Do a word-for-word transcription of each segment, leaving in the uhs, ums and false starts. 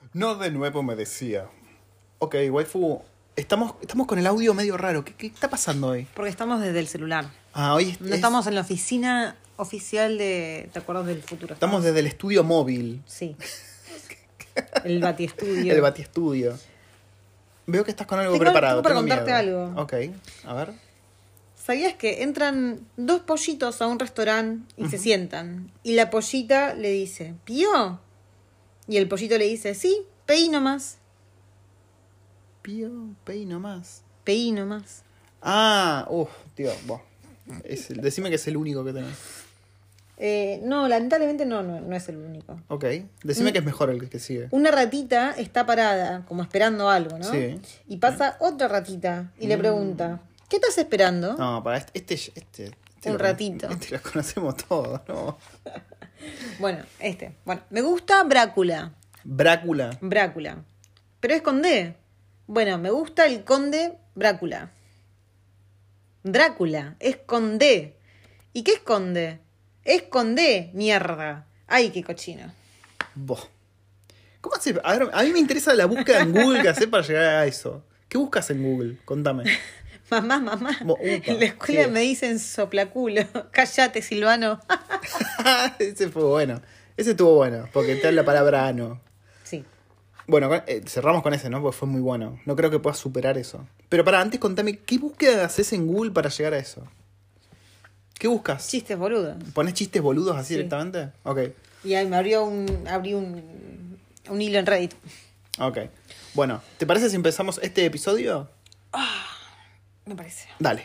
No de nuevo me decía. Ok, waifu, estamos, estamos con el audio medio raro. ¿Qué, qué está pasando hoy? Porque estamos desde el celular. Ah, hoy es, No estamos en la oficina oficial de... ¿Te acuerdas del futuro? Estamos desde el estudio móvil. Sí. El batiestudio. El batiestudio. Veo que estás con algo Tengo- preparado. tengo para tengo contarte miedo. algo. Ok, a ver. ¿Sabías que entran dos pollitos a un restaurante y se sientan? Y la pollita le dice, ¿pío? Y el pollito le dice, sí, peí nomás. Pío, pey nomás. Peí nomás. Ah, uff, tío, vos. Es el- decime que es el único que tenés. Eh, no, lamentablemente no, no, no es el único. Ok, decime que es mejor el que, que sigue. Una ratita está parada, como esperando algo, ¿no? Sí. Y pasa otra ratita y le pregunta, ¿qué estás esperando? No, para este... este, este, este Un lo- ratito. Este lo conocemos todos, ¿no? Bueno, este. Bueno, me gusta Brácula. Brácula. Brácula. Pero es con D. Bueno, me gusta el conde Brácula. Drácula, es con D. ¿Y qué es conde? Es con D, mierda. Ay, qué cochino. Vos. ¿Cómo haces? A ver, a mí me interesa la búsqueda en Google que haces para llegar a eso. ¿Qué buscas en Google? Contame. Mamá, mamá. Mo- upa, en la escuela ¿qué? me dicen soplaculo. Cállate, Silvano. Ese fue bueno. Ese estuvo bueno, porque te da la palabra ano. Sí. Bueno, con- eh, cerramos con ese, ¿no? Porque fue muy bueno. No creo que puedas superar eso. Pero para antes, contame, ¿qué búsqueda haces en Google para llegar a eso? ¿Qué buscas? Chistes boludos. ¿Pones chistes boludos así Sí. directamente? Ok, Y ahí me abrió un, abrí un, un hilo en Reddit. ok. Bueno, ¿te parece si empezamos este episodio? Me parece. Dale.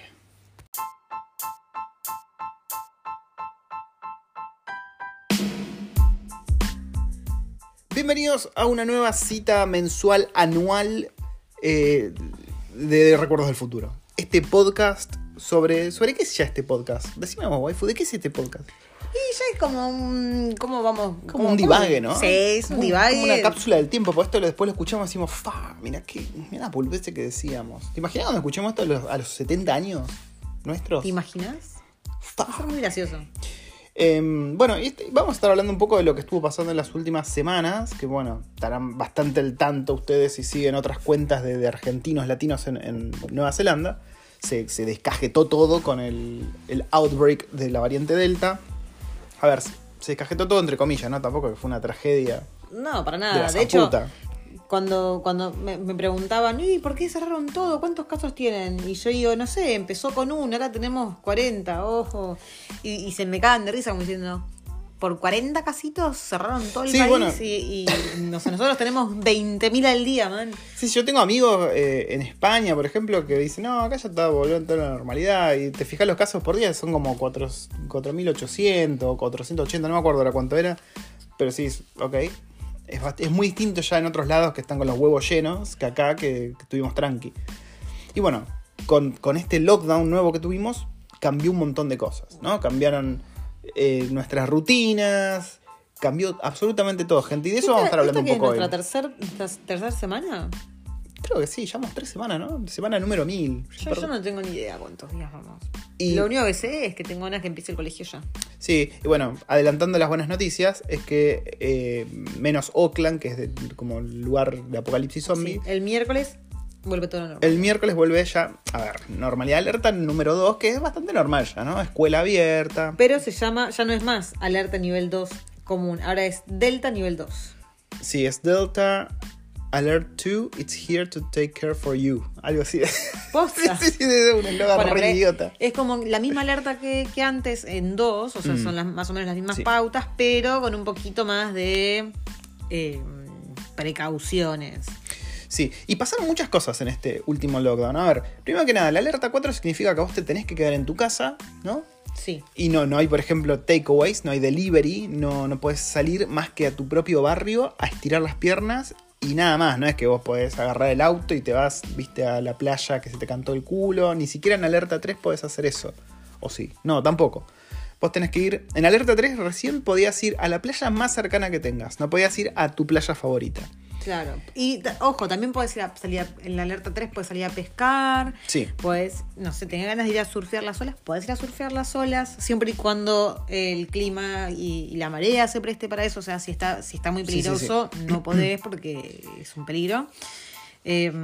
Bienvenidos a una nueva cita mensual anual eh, de Recuerdos del Futuro. Este podcast sobre... ¿Sobre qué es ya este podcast? Decime vos, waifu, ¿de qué es este podcast? Y ya es como un... ¿Cómo vamos? Como cómo- un divague, ¿no? Sí, es un Como- divague. Como una cápsula del tiempo, porque esto lo- después lo escuchamos y decimos, fa, mirá qué, mirá la boludez que decíamos. ¿Te imaginas cuando escuchamos esto a los, a los setenta años nuestros? ¿Te imaginas? Fa. Va a ser muy gracioso. Eh, bueno, y este- vamos a estar hablando un poco de lo que estuvo pasando en las últimas semanas, que bueno, estarán bastante al tanto ustedes si siguen otras cuentas de, de argentinos latinos en, en Nueva Zelanda. Se, se descajetó todo con el, el outbreak de la variante Delta. A ver, se descajetó todo entre comillas, ¿no? Tampoco que fue una tragedia No, para de nada. la De hecho, zaputa. cuando, cuando me, me preguntaban, ¿y por qué cerraron todo? ¿Cuántos casos tienen? Y yo digo, no sé, empezó con uno, ahora tenemos cuarenta, ojo. Y, y se me cagan de risa como diciendo, por cuarenta casitos cerraron todo el Sí, país bueno. y, y no sé, nosotros tenemos veinte mil al día, man. Sí, sí, yo tengo amigos eh, en España, por ejemplo, que dicen, no, acá ya está volviendo a la normalidad. Y te fijas los casos por día, son como cuatro mil ochocientos o cuatrocientos ochenta, no me acuerdo ahora cuánto era. Pero sí, ok. Es, bast- es muy distinto ya en otros lados que están con los huevos llenos que acá, que, que tuvimos tranqui. Y bueno, con, con este lockdown nuevo que tuvimos, cambió un montón de cosas, ¿no? Cambiaron eh, nuestras rutinas, cambió absolutamente todo, gente. Y de eso vamos a estar hablando un ¿Esta poco que hoy. es nuestra tercer, nuestra tercera semana? Creo que sí, llevamos tres semanas, ¿no? Semana número mil. Yo, yo no tengo ni idea cuántos días vamos. Y- Lo único que sé es que tengo ganas que empiece el colegio ya. Sí, y bueno, adelantando las buenas noticias, es que eh, menos Oakland, que es de- como lugar de apocalipsis zombie, Sí, el miércoles vuelve todo normal. el miércoles vuelve ya, a ver, normalidad alerta número dos, que es bastante normal ya, ¿no? Escuela abierta. Pero se llama, ya no es más alerta nivel dos común, ahora es Delta nivel dos. Sí, es Delta Alert dos, it's here to take care for you. Algo así. Posta. Sí, sí, sí, es un eslogan Bueno, re pero es- idiota. Es como la misma alerta que, que antes en dos, o sea, Mm. son las, más o menos las mismas Sí. pautas, pero con un poquito más de eh, precauciones. Sí, y pasaron muchas cosas en este último lockdown. A ver, primero que nada, la alerta cuatro significa que vos te tenés que quedar en tu casa, ¿no? Sí. Y no, no hay, por ejemplo, takeaways, no hay delivery, no, no puedes salir más que a tu propio barrio a estirar las piernas y nada más. No es que vos podés agarrar el auto y te vas, viste, a la playa que se te cantó el culo. Ni siquiera en alerta tres podés hacer eso. ¿O sí? No, tampoco. Vos tenés que ir... En alerta tres recién podías ir a la playa más cercana que tengas. No podías ir a tu playa favorita. Claro. Y t- ojo, también puedes ir a salir a- en la alerta tres, puedes salir a pescar. Sí. Puedes, no sé, tenés ganas de ir a surfear las olas, puedes ir a surfear las olas, siempre y cuando el clima y, y la marea se preste para eso. O sea, si está, si está muy Sí, sí, peligroso, no podés porque es un peligro. Eh,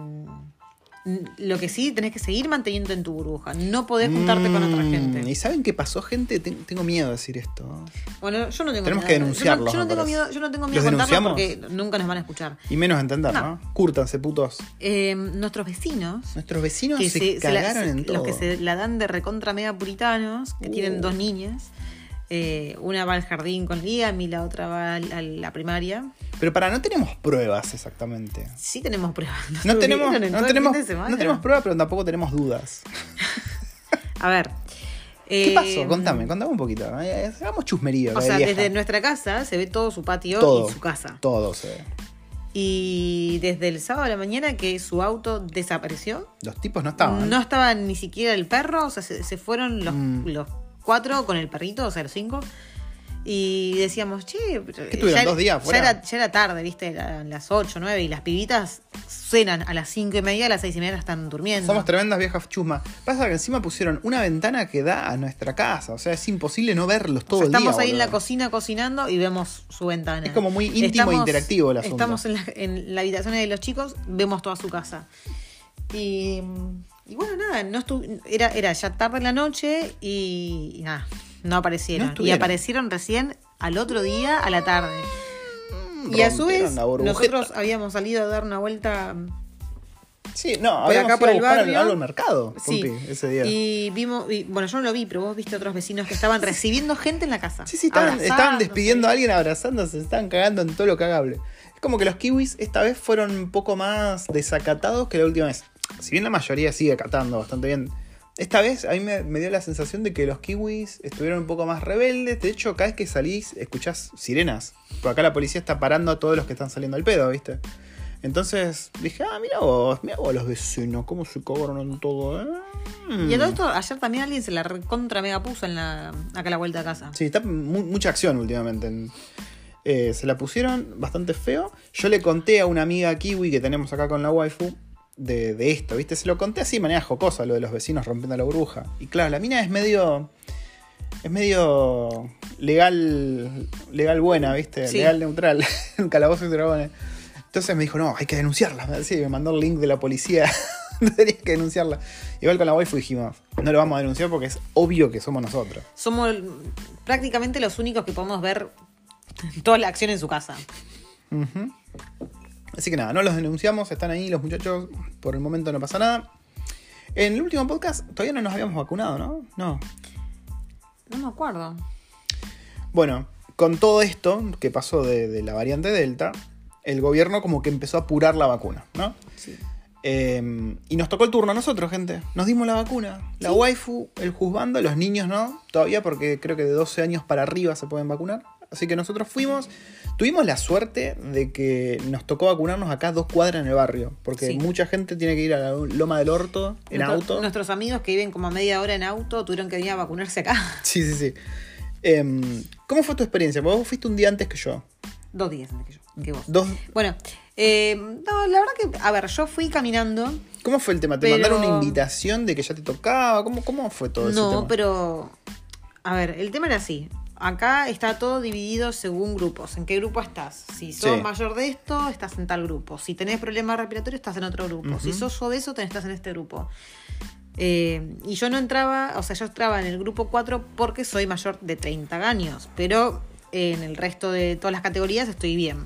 Lo que sí, tenés que seguir manteniendo en tu burbuja. No podés juntarte con otra gente. ¿Y saben qué pasó, gente? Ten- tengo miedo de decir esto. Bueno, yo no tengo Tenemos miedo. que denunciarlos, Yo no, yo no me tengo parece. miedo, yo no tengo miedo ¿Los de contarlo denunciamos? porque nunca nos van a escuchar. Y menos entender, ¿no? No. Cúrtanse, putos. Eh, nuestros vecinos, Nuestros vecinos que se, se, se la- cagaron se- en todo. los que se la dan de recontra mega puritanos, que Uh. tienen dos niñas. Eh, una va al jardín con Liam y la otra va al- a la primaria. Pero para, no tenemos pruebas exactamente. Sí tenemos pruebas. No tenemos, Estuvieron en no todo el tenemos, fin de semana. no tenemos pruebas, pero tampoco tenemos dudas. A ver. ¿Qué eh, pasó? Contame, contame un poquito. Eh, Hagamos chusmería. O la sea, vieja. desde nuestra casa se ve todo su patio Todo. y su casa. Todo se ve. Y desde el sábado a la mañana que su auto desapareció. Los tipos no estaban. No estaba ni siquiera el perro, o sea, se, se fueron los, Mm. los cuatro con el perrito, o sea, los cinco. Y decíamos, che, pero ¿Qué tuvieron, ya, dos días ya fuera? era, ya era tarde, viste, eran las ocho, nueve, y las pibitas cenan a las cinco y media, a las seis y media están durmiendo. Somos tremendas viejas chusmas. Pasa que encima pusieron una ventana que da a nuestra casa. O sea, es imposible no verlos todo O sea, el día. estamos ahí en la boludo. cocina cocinando y vemos su ventana. Es como muy íntimo e interactivo el asunto. Estamos en la, en la habitación de los chicos, vemos toda su casa. Y, y bueno, nada, no estu- era, era ya tarde en la noche y, y nada, no aparecieron. No y estuvieron. aparecieron recién al otro día, a la tarde. Y a su Rompieron vez, la burbujeta. nosotros habíamos salido a dar una vuelta. Sí, no, por habíamos acá, por ido a el buscar barrio. algo al mercado, Sí, Pompi, ese día. y vimos, y, bueno, yo no lo vi, pero vos viste otros vecinos que estaban recibiendo gente en la casa. Sí, sí, estaban, Abrazándose. estaban despidiendo a alguien, abrazándose, se estaban cagando en todo lo cagable. Es como que los kiwis esta vez fueron un poco más desacatados que la última vez. Si bien la mayoría sigue acatando bastante bien, esta vez a mí me, me dio la sensación de que los kiwis estuvieron un poco más rebeldes. De hecho, cada vez que salís, escuchás sirenas. Por acá la policía está parando a todos los que están saliendo al pedo, ¿viste? Entonces dije, ah, mira vos, mira vos los vecinos, cómo se cobraron en todo, ¿eh? Mm. Y a todo esto, ayer también alguien se la contra mega puso en la, acá a la vuelta de casa. Sí, está mu- mucha acción últimamente. en- eh, se la pusieron bastante feo. Yo le conté a una amiga kiwi que tenemos acá con la waifu de, de esto, ¿viste? Se lo conté así de manera jocosa, lo de los vecinos rompiendo la burbuja. Y claro, la mina es medio... Es medio legal legal buena, ¿viste? Sí. Legal neutral. Un calabozo y dragones. Entonces me dijo, no, hay que denunciarla. Sí, me mandó el link de la policía. Tenía que denunciarla. Igual con la waifu dijimos, no lo vamos a denunciar porque es obvio que somos nosotros. Somos prácticamente los únicos que podemos ver toda la acción en su casa. Ujú. Así que nada, no los denunciamos, están ahí los muchachos, por el momento no pasa nada. En el último podcast todavía no nos habíamos vacunado, ¿no? No. No me acuerdo. Bueno, con todo esto que pasó de, de la variante Delta, el gobierno como que empezó a apurar la vacuna, ¿no? Sí. Eh, y nos tocó el turno a nosotros, gente. Nos dimos la vacuna. La Sí. waifu, el juzgando, los niños no, todavía porque creo que de doce años para arriba se pueden vacunar. Así que nosotros fuimos. Tuvimos la suerte de que nos tocó vacunarnos acá dos cuadras en el barrio. Porque Sí. mucha gente tiene que ir a la Loma del Orto en Nuestro- auto. Nuestros amigos que viven como a media hora en auto tuvieron que venir a vacunarse acá. Sí, sí, sí. Eh, ¿Cómo fue tu experiencia? Porque vos fuiste un día antes que yo. Dos días antes que yo, que vos. Dos... Bueno, eh, no, la verdad que, a ver, yo fui caminando. ¿Cómo fue el tema? ¿Te Pero- mandaron una invitación de que ya te tocaba? ¿Cómo, cómo fue todo ese No, tema? pero. A ver, el tema era así. Acá está todo dividido según grupos. ¿En qué grupo estás? Si sos Sí. mayor de esto, estás en tal grupo. Si tenés problemas respiratorios, estás en otro grupo. Ujú. Si sos obeso, tenés, estás en este grupo. Eh, y yo no entraba, o sea, yo entraba en el grupo cuatro porque soy mayor de treinta años. Pero en el resto de todas las categorías estoy bien.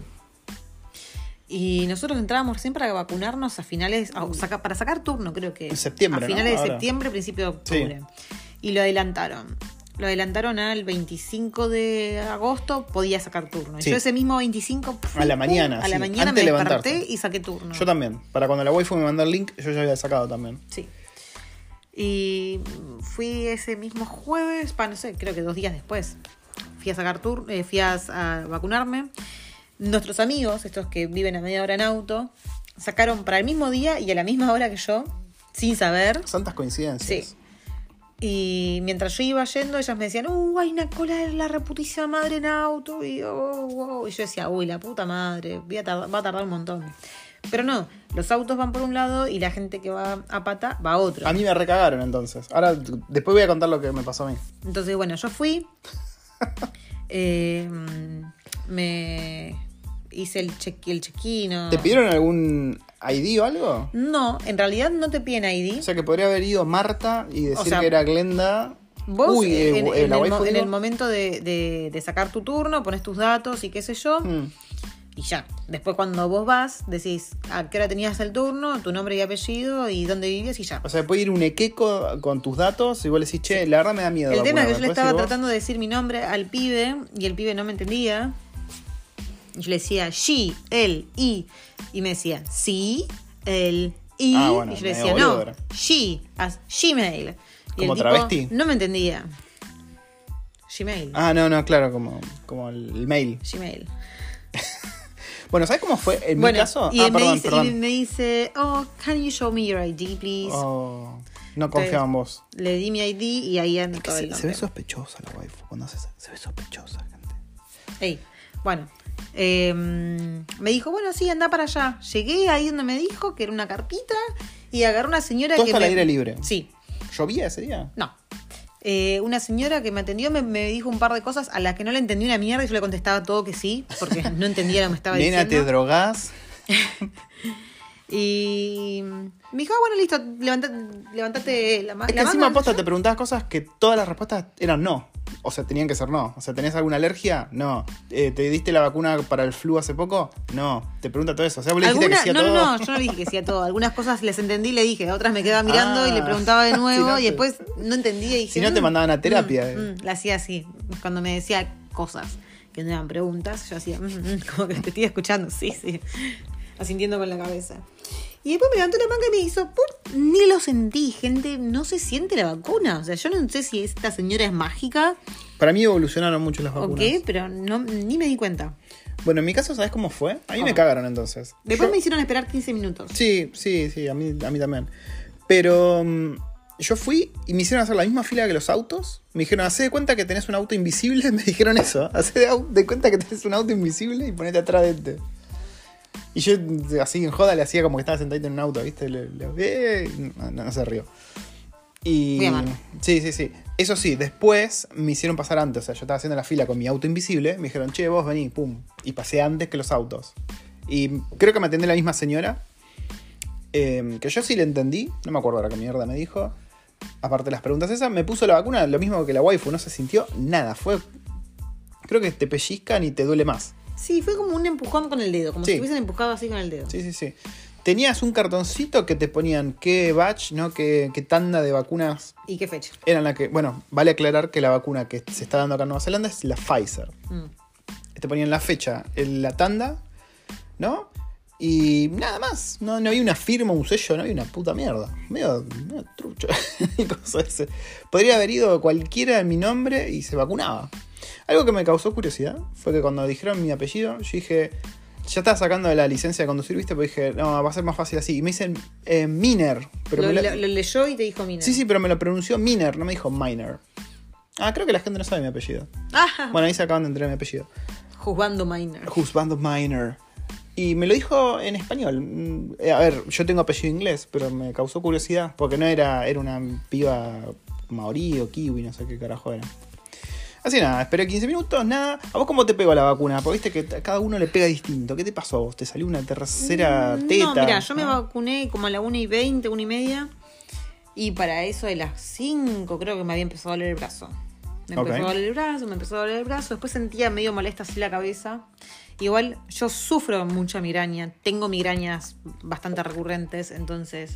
Y nosotros entrábamos recién para vacunarnos a finales, a- saca- para sacar turno, creo que. En septiembre, A ¿no? finales de Ahora. septiembre, principio de octubre. Y lo adelantaron. Lo adelantaron al veinticinco de agosto, podía sacar turno. Y Sí. yo ese mismo veinticinco... A la mañana, A la sí, mañana antes me de levantarse. desperté y saqué turno. Yo también. Para cuando la waifu me mandó el link, yo ya había sacado también. Sí. Y fui ese mismo jueves, pa, no sé, creo que dos días después. Fui a sacar turno, eh, fui a, a vacunarme. Nuestros amigos, estos que viven a media hora en auto, sacaron para el mismo día y a la misma hora que yo, sin saber. Santas coincidencias. Sí. Y mientras yo iba yendo, ellas me decían, uh, hay una cola de la reputísima madre en auto. Y, oh, wow. Y yo decía, uy, la puta madre, voy a tardar, va a tardar un montón. Pero no, los autos van por un lado y la gente que va a pata va a otro. A mí me recagaron entonces. Ahora, después voy a contar lo que me pasó a mí. Entonces, bueno, yo fui. eh, me hice el check el check-in. o- ¿Te pidieron algún I D o algo? No, en realidad no te piden I D. O sea que podría haber ido Marta y decir O sea, que era Glenda. Vos, Uy, eh, en, eh, en la el, waifu mo- en digo. el momento de, de- de sacar tu turno, pones tus datos y qué sé yo, Mm. y ya. Después cuando vos vas, decís a qué hora tenías el turno, tu nombre y apellido y dónde vivías y ya. O sea, puede ir un equeco con tus datos y vos le decís, che, la verdad me da miedo. El tema es que yo vacunarme. le ¿Puedes estaba ir vos? tratando de decir mi nombre al pibe y el pibe no me entendía. Y yo le decía she, él, y. Y me decía sí, él, y. Ah, bueno, y yo le medio decía boludo no, era. she, as Gmail. Y ¿Como el tipo travesti? no me entendía. Gmail. Ah, no, no, claro, como, como el mail. Gmail. Bueno, ¿sabes cómo fue en Bueno, mi caso? y, ah, él me perdón, dice, perdón. y me dice, oh, can you show me your I D, please? Oh, no confiaba en vos. Le di mi I D y ahí anotó Se, el se nombre. ve sospechosa la waifu. Cuando hace eso. Se ve sospechosa, gente. Ey, bueno, eh, me dijo, bueno, sí, anda para allá. Llegué ahí donde me dijo que era una carpita y agarré una señora ¿Todo que está al me... aire libre? Sí, ¿Llovía ese día? no. Eh, una señora que me atendió me, me dijo un par de cosas a las que no le entendí una mierda y yo le contestaba todo que sí, porque no entendía lo que me estaba Nena, diciendo. ¿te drogás? Y me dijo, ah, bueno, listo, levantate, levantate la, ma- Es que la encima manga. posta te preguntabas cosas que todas las respuestas eran no. O sea, tenían que ser no. O sea, ¿tenés alguna alergia? No. Eh, ¿Te diste la vacuna para el flu hace poco? No. Te pregunta todo eso. O sea, vos le dijiste que Alguna- sí a no, todo. no, no, yo no le dije que sí a todo. Algunas cosas les entendí y le dije, otras me quedaba mirando Ah. y le preguntaba de nuevo Si no y te- después no entendía y dije, Si no, te "Mm, mandaban a terapia, mm, eh". mm". La hacía así. Cuando me decía cosas que no eran preguntas, yo hacía, "Mm, mm", como que te estoy escuchando, sí, sí. Asintiendo con la cabeza. Y después me levantó la manga y me hizo, ¡pum! Ni lo sentí, gente. No se siente la vacuna. O sea, yo no sé si esta señora es mágica Para mí evolucionaron mucho las o vacunas. qué, pero no, ni me di cuenta. Bueno, en mi caso, ¿sabes cómo fue? A mí me ¿Cómo? cagaron entonces. Después Yo- me hicieron esperar quince minutos. Sí, sí, sí, a mí, a mí también. Pero mm, yo fui y me hicieron hacer la misma fila que los autos. Me dijeron, hacé de cuenta que tenés un auto invisible. Me dijeron eso. Hacé de, au- de cuenta que tenés un auto invisible y ponete atrás de este. Y yo así en joda le hacía como que estaba sentadito en un auto, ¿viste? Le, le- eh, no, no, no se rió. Y. Muy amable. Sí, sí, sí. Eso sí, después me hicieron pasar antes. O sea, yo estaba haciendo la fila con mi auto invisible. Me dijeron, che, vos vení, pum. Y pasé antes que los autos. Y creo que me atendió la misma señora. Eh, que yo sí le entendí. No me acuerdo ahora qué mierda me dijo. Aparte de las preguntas esas, me puso la vacuna lo mismo que la waifu. No se sintió nada. Fue. Creo que te pellizcan y te duele más. Sí, fue como un empujón con el dedo, como Sí. si hubiesen empujado así con el dedo. Sí, sí, sí. Tenías un cartoncito que te ponían qué batch, ¿no? Qué, qué tanda de vacunas ¿Y qué fecha? eran la que. Bueno, vale aclarar que la vacuna que se está dando acá en Nueva Zelanda es la Pfizer. Mm. Te ponían la fecha, en la tanda, ¿no? Y nada más. No, no había una firma, un sello, no había una puta mierda. Medio, medio trucho. Y cosas ese. Podría haber ido cualquiera en mi nombre y se vacunaba. Algo que me causó curiosidad fue que cuando dijeron mi apellido, yo dije, ya estaba sacando de la licencia de conducir, ¿viste? Pero dije, no, va a ser más fácil así. Y me dicen eh, Miner. Pero Lo, me lo- lo- lo leyó y te dijo Mina. Sí, sí, pero me lo pronunció Miner, no me dijo Miner. Ah, creo que la gente no sabe mi apellido. Ah, Bueno, ahí se acaban de enterar mi apellido. juzgando Minor. Husband of Miner. Y me lo dijo en español. Mm, eh, A ver, yo tengo apellido inglés, pero me causó curiosidad. Porque no era, era una piba maorí o kiwi, no sé qué carajo era. Así nada, esperé quince minutos, nada. ¿A vos cómo te pegó la vacuna? Porque viste que a cada uno le pega distinto. ¿Qué te pasó a vos? ¿Te salió una tercera Mm, teta? No, mira, yo me ¿No? vacuné como a la una y veinte, una y media. Y para eso de las cinco creo que me había empezado a doler el brazo. Me Ok. empezó a doler el brazo, me empezó a doler el brazo. Después sentía medio molesta así la cabeza. Igual yo sufro mucha migraña. Tengo migrañas bastante recurrentes, entonces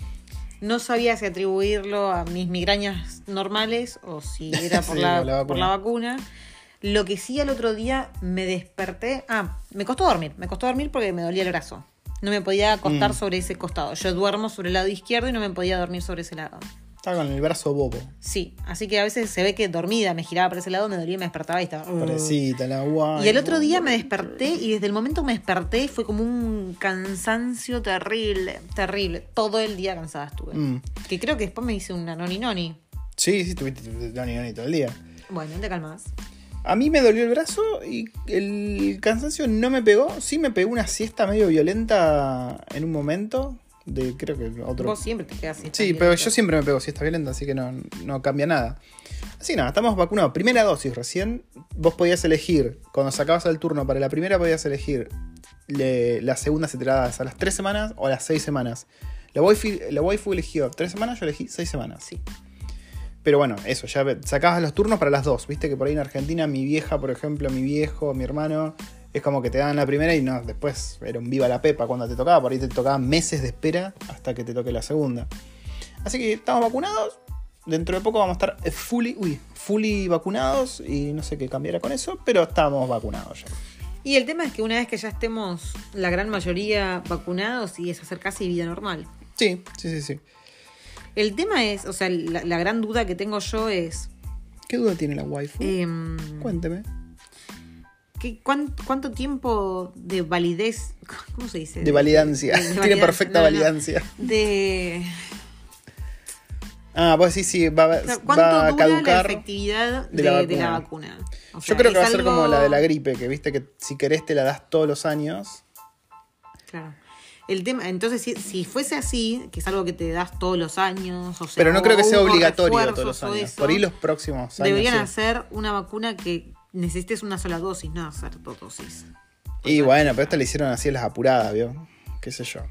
no sabía si atribuirlo a mis migrañas normales o si era por, Sí, la, por la vacuna. por la vacuna. Lo que sí al otro día me desperté. Ah, me costó dormir. Me costó dormir porque me dolía el brazo. No me podía acostar Mm. sobre ese costado. Yo duermo sobre el lado izquierdo y no me podía dormir sobre ese lado. Estaba con el brazo bobo. Sí, así que a veces se ve que dormida me giraba para ese lado, me dolía y me despertaba y estaba. Pobrecita, la guay. Y el otro día me desperté y desde el momento que me desperté fue como un cansancio terrible, terrible. Todo el día cansada estuve. Mm. Que creo que después me hice una noni noni. Sí, sí, tuviste noni noni todo el día. Bueno, te calmas. A mí me dolió el brazo y el cansancio no me pegó. Sí me pegó una siesta medio violenta en un momento. De, creo que otro... Vos siempre te quedas siesta Sí, violenta. pero yo siempre me pego siesta violenta, así que no, no cambia nada. Así que nada, estamos vacunados. Primera dosis recién. Vos podías elegir, cuando sacabas el turno para la primera, podías elegir le, la segunda se te la das a las tres semanas o a las seis semanas. La waifu, la waifu eligió tres semanas, yo elegí seis semanas. Sí. Pero bueno, eso, ya sacabas los turnos para las dos. Viste que por ahí en Argentina mi vieja, por ejemplo, mi viejo, mi hermano, es como que te dan la primera y no, después era un viva la pepa cuando te tocaba. Por ahí te tocaban meses de espera hasta que te toque la segunda. Así que estamos vacunados. Dentro de poco vamos a estar fully, uy, fully vacunados y no sé qué cambiará con eso, pero estamos vacunados ya. Y el tema es que una vez que ya estemos la gran mayoría vacunados y es hacer casi vida normal. Sí, sí, sí, sí. El tema es, o sea, la, la gran duda que tengo yo es... ¿Qué duda tiene la waifu? Eh, Cuénteme. ¿qué, cuán, ¿Cuánto tiempo de validez... ¿Cómo se dice? De validancia. De- de Tiene validancia. perfecta No, no. validancia. De... Ah, vos decís sí, va, O sea, ¿cuánto va a dura la caducar. efectividad de de, la de la vacuna. vacuna? O Yo sea, creo que es va a ser algo- como la de la gripe, que viste que si querés te la das todos los años. Claro. El tema, entonces, si, si fuese así, que es algo que te das todos los años, o sea, Pero no creo que sea hubo obligatorio refuerzos todos los o años. eso, Por ahí los próximos años. deberían sí. hacer una vacuna que necesites una sola dosis, no hacer dos dosis. Y bueno, pero esta le hicieron así a las apuradas, ¿vio? Qué sé yo.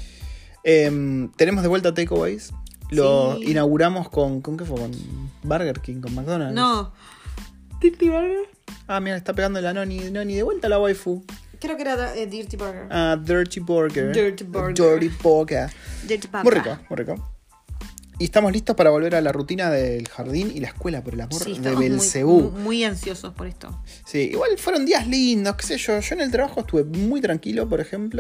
Em, tenemos de vuelta Takeaways. Lo Sí. inauguramos con. ¿Con qué fue? ¿Con Burger King? ¿Con McDonald's? No. ¿Dirty Burger? Ah, mira, está pegando la noni. Noni, de vuelta la waifu. Creo que era eh, Dirty Burger. Ah, Dirty Burger. Dirty Burger. Dirty Burger. Dirty Burger. Muy rico, muy rico. Y estamos listos para volver a la rutina del jardín y la escuela, por el amor Sí, de estamos muy, Belcebú. muy, muy ansiosos por esto. Sí, igual fueron días lindos, qué sé yo. Yo en el trabajo estuve muy tranquilo, por ejemplo.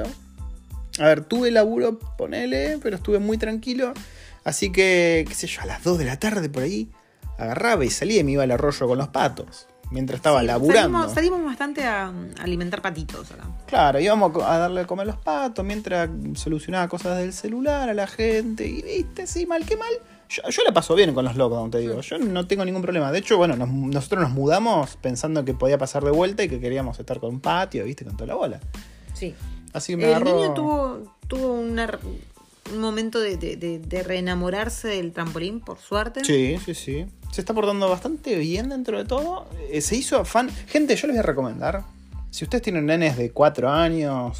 A ver, tuve laburo, ponele, pero estuve muy tranquilo. Así que, qué sé yo, a las dos de la tarde por ahí, agarraba y salía y me iba al arroyo con los patos. Mientras estaba Sí, laburando. Salimos, salimos bastante a, a alimentar patitos acá. Claro, íbamos a darle de comer los patos mientras solucionaba cosas del celular a la gente. Y viste, sí, mal que mal. Yo, yo la paso bien con los lockdown, te digo. Yo no tengo ningún problema. De hecho, bueno, nos- nosotros nos mudamos pensando que podía pasar de vuelta y que queríamos estar con un patio, viste, con toda la bola. Sí. Así que me El agarró... niño tuvo, tuvo una- un momento de, de, de, de reenamorarse del trampolín, por suerte. Sí, sí, sí. Se está portando bastante bien dentro de todo. Eh, se hizo fan. Gente, yo les voy a recomendar. Si ustedes tienen nenes de cuatro años,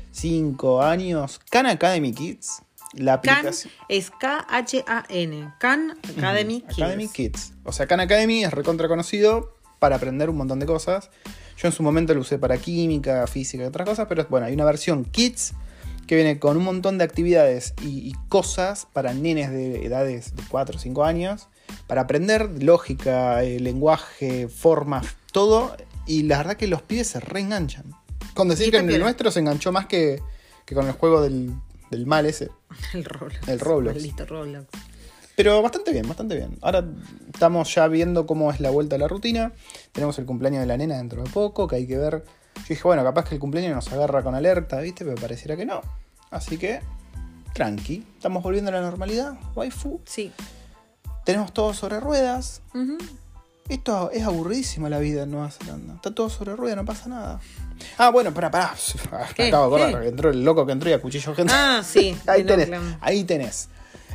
cinco años, Khan Academy Kids, la Khan aplicación. es K H A N. Khan Academy Kids. Academy Kids. O sea, Khan Academy es recontra conocido para aprender un montón de cosas. Yo en su momento lo usé para química, física y otras cosas, pero bueno, hay una versión Kids que viene con un montón de actividades y, y cosas para nenes de edades de cuatro o cinco años, para aprender lógica, eh, lenguaje, formas, todo. Y la verdad que los pibes se reenganchan. Con decir Y que está en el piola. nuestro se enganchó más que, que con el juego del, del mal ese. El Roblox. El Roblox. Maldito Roblox. Pero bastante bien, bastante bien. Ahora estamos ya viendo cómo es la vuelta a la rutina. Tenemos el cumpleaños de la nena dentro de poco, que hay que ver. Yo dije, bueno, capaz que el cumpleaños nos agarra con alerta, ¿viste? Pero pareciera que no. Así que, tranqui. Estamos volviendo a la normalidad, waifu. Sí. Tenemos todo sobre ruedas. Ujú. Esto es aburridísima la vida en Nueva Zelanda. Está todo sobre ruedas, no pasa nada. Ah, bueno, pará, pará. ¿Qué? Me acabo de acordar ¿Qué? que entró el loco que entró y acuchilló gente. Ah, sí. Ahí de tenés, Auckland. ahí tenés.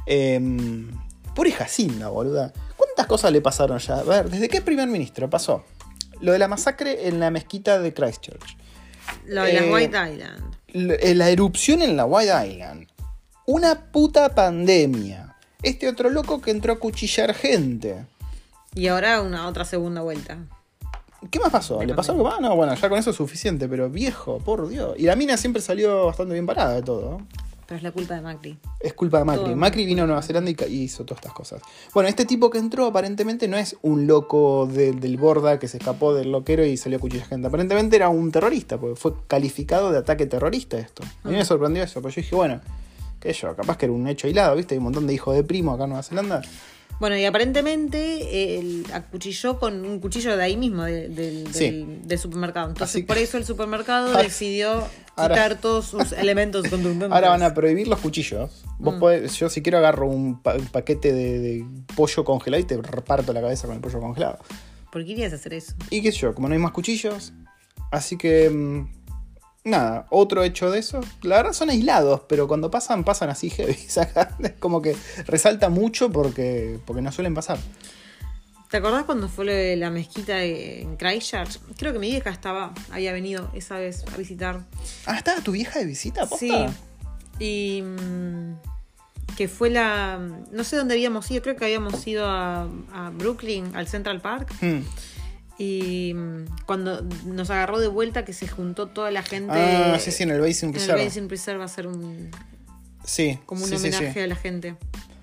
Eh, Pura Jacinda, boluda. ¿Cuántas cosas le pasaron ya? A ver, ¿desde qué primer ministro pasó? Lo de la masacre en la mezquita de Christchurch. Lo de las Eh, White Island. L- eh, La erupción en la White Island. Una puta pandemia. Este otro loco que entró a cuchillar gente. Y ahora una otra segunda vuelta. ¿Qué más pasó? De ¿Le pasó pandemia. algo más? No, bueno, ya con eso es suficiente, pero viejo, por Dios. Y la mina siempre salió bastante bien parada de todo. Pero es la culpa de Macri. Es culpa de Macri. Todo. Macri vino a Nueva Zelanda y, ca- y hizo todas estas cosas. Bueno, este tipo que entró aparentemente no es un loco de- del Borda que se escapó del loquero y salió a cuchillar gente. Aparentemente era un terrorista, porque fue calificado de ataque terrorista esto. A mí me Ah. sorprendió eso, porque yo dije, bueno, qué sé yo, capaz que era un hecho aislado, ¿viste? Hay un montón de hijos de primo acá en Nueva Zelanda. Bueno, y aparentemente él acuchilló con un cuchillo de ahí mismo, de- del, Sí. del- del supermercado. Entonces, Así- por eso el supermercado Ahora- decidió ahora- quitar todos sus elementos contundentes. Ahora van a prohibir los cuchillos. Vos Mm. podés- yo si quiero agarro un, pa- un paquete de, de pollo congelado y te reparto la cabeza con el pollo congelado. ¿Por qué irías a hacer eso? Y qué sé yo, como no hay más cuchillos. Así que... mm, nada, otro hecho de eso. La verdad son aislados, pero cuando pasan, pasan así heavy. Es como que resalta mucho porque, porque no suelen pasar. ¿Te acordás cuando fue lo de la mezquita en Christchurch? Creo que mi vieja estaba, había venido esa vez a visitar. Ah, ¿estaba tu vieja de visita, posta? Sí. Y mm, que fue la... No sé dónde habíamos ido, creo que habíamos ido a, a Brooklyn, al Central Park. Hmm. Y mm, cuando nos agarró de vuelta que se juntó toda la gente... Ah, sí, sí, en el Basin en el Reserve. Basin Reserve va a ser un, Sí, como un sí, sí, homenaje sí. a la gente.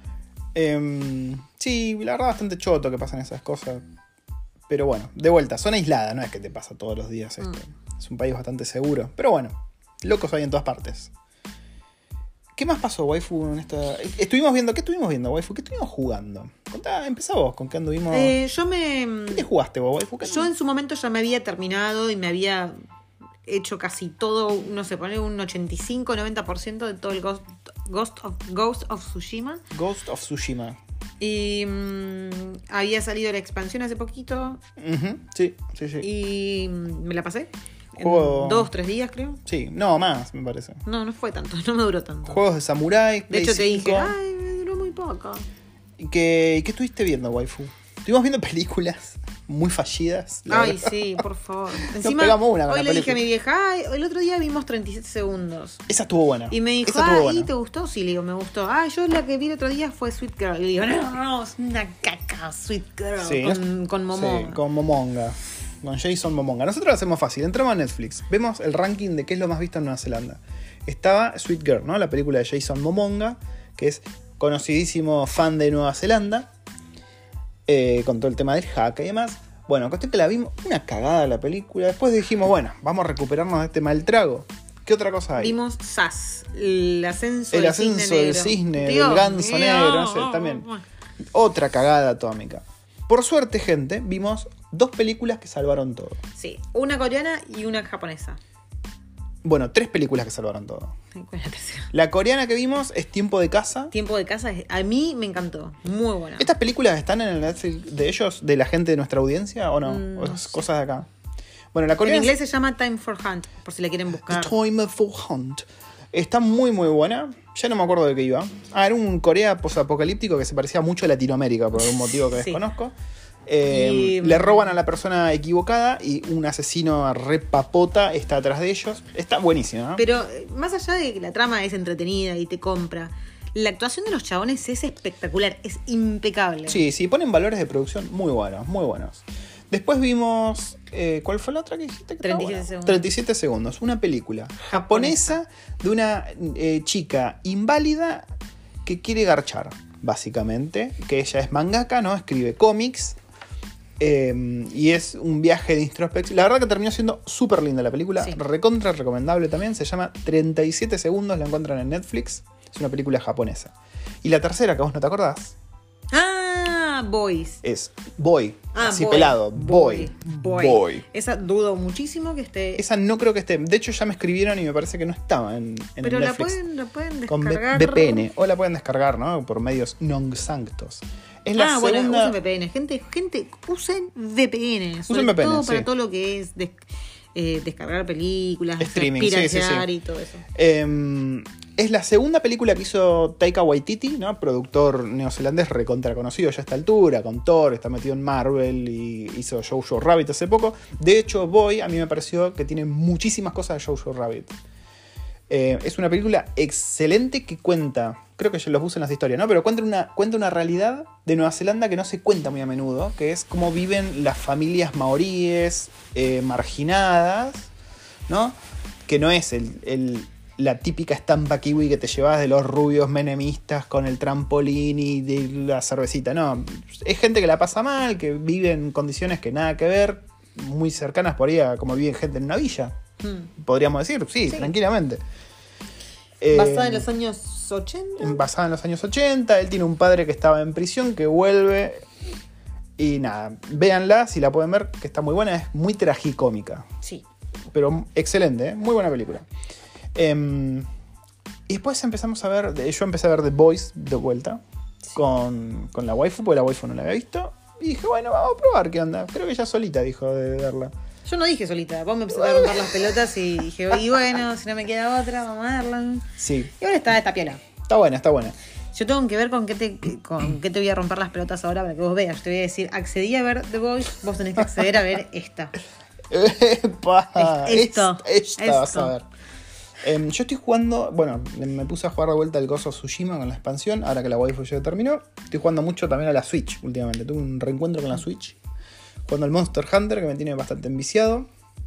Em, sí, la verdad bastante choto que pasan esas cosas. Pero bueno, de vuelta, son aisladas, no es que te pasa todos los días esto. Mm. Es un país bastante seguro. Pero bueno, locos hay en todas partes. ¿Qué más pasó, waifu, en esta...? Estuvimos viendo, ¿qué estuvimos viendo, waifu? ¿Qué estuvimos jugando? Contá, empezá vos, ¿con qué anduvimos? Eh, yo me... ¿Qué te jugaste vos, waifu? ¿Qué Yo en su momento ya me había terminado y me había hecho casi todo, no sé, poner un ochenta y cinco noventa por ciento de todo el Ghost, Ghost, of, Ghost of Tsushima. Ghost of Tsushima. Y mm, había salido la expansión hace poquito Ujú, sí, sí, sí. y mm, me la pasé. En Juego- dos, tres días, creo. Sí, no, más, me parece. No, no fue tanto, no me duró tanto. Juegos de Samurai, De Play hecho, te cinco. dije, ay, me duró muy poco. ¿Y qué, y qué estuviste viendo, waifu? Estuvimos viendo películas muy fallidas. la Ay, verdad. sí, por favor. pegamos una con hoy la le dije película. a mi vieja, ay, el otro día vimos treinta y siete segundos. Esa estuvo buena. Y me dijo, Esa estuvo ah, buena. ¿y te gustó? Sí, le digo, me gustó. Ah, yo la que vi el otro día fue Sweet Girl. Y le digo, no, no, es una caca, Sweet Girl. Sí, con, con Momo. Sí, con Momonga. Con Jason Momonga. Nosotros lo hacemos fácil. Entramos a Netflix. Vemos el ranking de qué es lo más visto en Nueva Zelanda. Estaba Sweet Girl, ¿no? La película de Jason Momonga, que es conocidísimo fan de Nueva Zelanda. Eh, con todo el tema del hack y demás. Bueno, cuestión que la vimos. Una cagada la película. Después dijimos, bueno, vamos a recuperarnos de este mal trago. ¿Qué otra cosa hay? Vimos Sass, el ascenso, El del ascenso cisne del negro. cisne, Dios del ganso mío. negro, no sé, también. Otra cagada atómica. Por suerte, gente, vimos dos películas que salvaron todo. Sí, una coreana y una japonesa. Bueno, tres películas que salvaron todo. ¿Cuál es la tercera? La coreana que vimos es Tiempo de Casa. Tiempo de casa, es- a mí me encantó. Muy buena. ¿Estas películas están en el Netflix de ellos, de la gente de nuestra audiencia, o no? Mm, ¿O no es sé. cosas de acá? Bueno, la En coreana inglés se llama Time for Hunt, por si la quieren es buscar. Time for Hunt. Está muy, muy buena. Ya no me acuerdo de qué iba. Ah, era un Corea posapocalíptico que se parecía mucho a Latinoamérica, por algún motivo que Sí. desconozco. Eh, Y- Le roban a la persona equivocada y un asesino re papota está atrás de ellos. Está buenísimo, ¿no? Pero eh, más allá de que la trama es entretenida y te compra, la actuación de los chabones es espectacular, es impecable. Sí, sí, ponen valores de producción muy buenos, muy buenos. Después vimos. eh, ¿Cuál fue la otra que dijiste? Que estaba treinta y siete buena? segundos. treinta y siete segundos. Una película japonesa de una eh, chica inválida que quiere garchar, básicamente. Que ella es mangaka, ¿no? Escribe cómics. eh, y es un viaje de introspección. La verdad que terminó siendo súper linda la película. Sí. Recontra recomendable también. Se llama treinta y siete segundos. La encuentran en Netflix. Es una película japonesa. Y la tercera, que vos no te acordás, Ah, Boys. es Boy. Ah, así Boy. pelado. Boy. Boy. Boy. Esa dudo muchísimo que esté. Esa no creo que esté. De hecho, ya me escribieron y me parece que no estaba en, en pero la Netflix. pueden, la pueden Con V- descargar. V P N. O la pueden descargar, ¿no? Por medios non sanctos. Es la ah, bueno, segunda. usen V P N. Gente, gente, usen V P N. Sobre Usen V P N, todo para sí. todo lo que es des- eh, descargar películas, hacer Streaming, sí, sí, sí. piratear y todo eso. Eh, es la segunda película que hizo Taika Waititi, ¿no? Productor neozelandés recontra conocido ya a esta altura, con Thor, está metido en Marvel y hizo Jojo Rabbit hace poco. De hecho, Boy a mí me pareció que tiene muchísimas cosas de Jojo Rabbit. Eh, es una película excelente que cuenta, creo que ya los puse en las historias, ¿no? Pero cuenta una, cuenta una realidad de Nueva Zelanda que no se cuenta muy a menudo, que es cómo viven las familias maoríes eh, marginadas, ¿no? Que no es el, el- la típica estampa kiwi que te llevas de los rubios menemistas con el trampolín y de la cervecita, no. Es gente que la pasa mal, que vive en condiciones que nada que ver, muy cercanas por ahí a como viven gente en una villa. Hmm. Podríamos decir, sí, Sí. tranquilamente. Basada Eh, en los años ochenta. Basada en los años ochenta. Él tiene un padre que estaba en prisión, que vuelve. Y nada, véanla si la pueden ver, que está muy buena. Es muy tragicómica. Sí. Pero excelente, ¿eh? Muy buena película. Eh, y después empezamos a ver, yo empecé a ver The Boys de vuelta. Sí. Con, con la waifu, porque la waifu no la había visto. Y dije, bueno, vamos a probar qué onda. Creo que ella solita dijo de verla. Yo no dije solita, vos me empezaste a romper las pelotas y dije, y bueno, si no me queda otra, vamos a verla. Sí. Y ahora está esta piola. Está buena, está buena. Yo tengo que ver con qué te con qué te voy a romper las pelotas ahora para que vos veas. Yo te voy a decir, accedí a ver The Voice, vos tenés que acceder a ver esta. Epa, es, esto. Esta, esta esto. vas a ver. Eh, yo estoy jugando, bueno, me puse a jugar de vuelta el Ghost of Tsushima con la expansión, ahora que la waifu ya terminó. Estoy jugando mucho también a la Switch últimamente. Tuve un reencuentro con la Switch. Jugando al Monster Hunter, que me tiene bastante enviciado.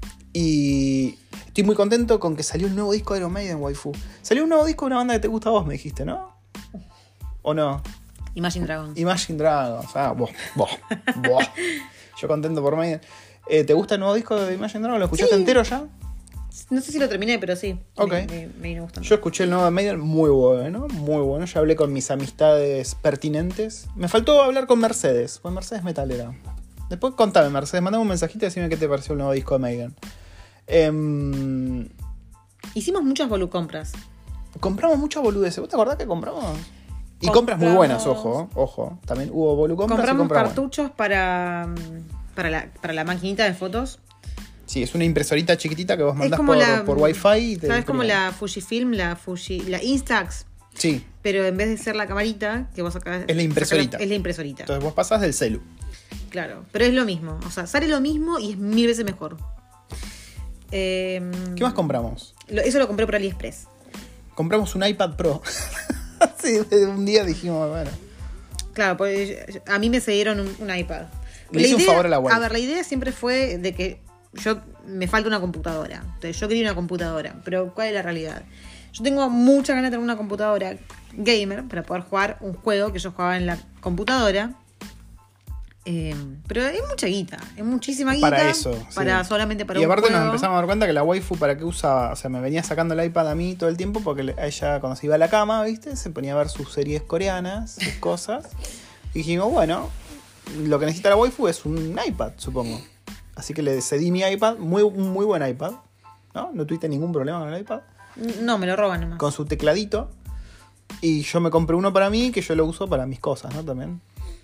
Y estoy muy contento con que salió un nuevo disco de Iron Maiden, waifu. Salió un nuevo disco de una banda que te gusta a vos, me dijiste, ¿no? ¿O no? Imagine Dragons. Imagine Dragons. Ah, vos, vos, vos. Yo contento por Maiden. Eh, ¿Te gusta el nuevo disco de Imagine Dragons? ¿Lo escuchaste sí. entero ya? No sé si lo terminé, pero sí. Ok. Me, me, me vino gustando. Yo escuché el nuevo de Maiden, muy bueno, muy bueno. Ya hablé con mis amistades pertinentes. Me faltó hablar con Mercedes, pues Mercedes es metalera. Después contame, Mercedes, mandame un mensajito y decime qué te pareció el nuevo disco de Maiden. Eh, Hicimos muchas volucompras. compramos muchas boludeces. ¿Vos te acordás que compramos? Y Compramos... compras muy buenas, ojo, ojo. También hubo volucompras. Compramos y compras cartuchos para, para, la, para la maquinita de fotos. Sí, es una impresorita chiquitita que vos mandás como por, la, por Wi-Fi. Y te ¿sabes? Como imprime. la Fujifilm, la Fuji, la Instax. Sí. Pero en vez de ser la camarita que vos sacás, es la impresorita. Sacás, es la impresorita. Entonces vos pasás del celu. Claro, pero es lo mismo. O sea, sale lo mismo y es mil veces mejor. Eh, ¿Qué más compramos? Lo, eso lo compré por AliExpress. Compramos un iPad Pro. Sí, un día dijimos, bueno. Claro, pues a mí me cedieron un, un iPad. Le la hice idea, un favor a la web. A ver, la idea siempre fue de que yo me falta una computadora. Entonces yo quería una computadora. Pero ¿cuál es la realidad? Yo tengo mucha ganas de tener una computadora gamer para poder jugar un juego que yo jugaba en la computadora. Eh, pero es mucha guita, es muchísima guita. Para eso. Para sí. solamente para y un aparte juego. nos empezamos a dar cuenta que la waifu para qué usaba. O sea, me venía sacando el iPad a mí todo el tiempo porque a ella cuando se iba a la cama, ¿viste? Se ponía a ver sus series coreanas, sus cosas. Y dijimos, bueno, lo que necesita la waifu es un iPad, supongo. Así que le cedí mi iPad, muy, muy buen iPad. ¿No? No tuviste ningún problema con el iPad. No, me lo roban nomás. Con su tecladito. Y yo me compré uno para mí que yo lo uso para mis cosas, ¿no? También.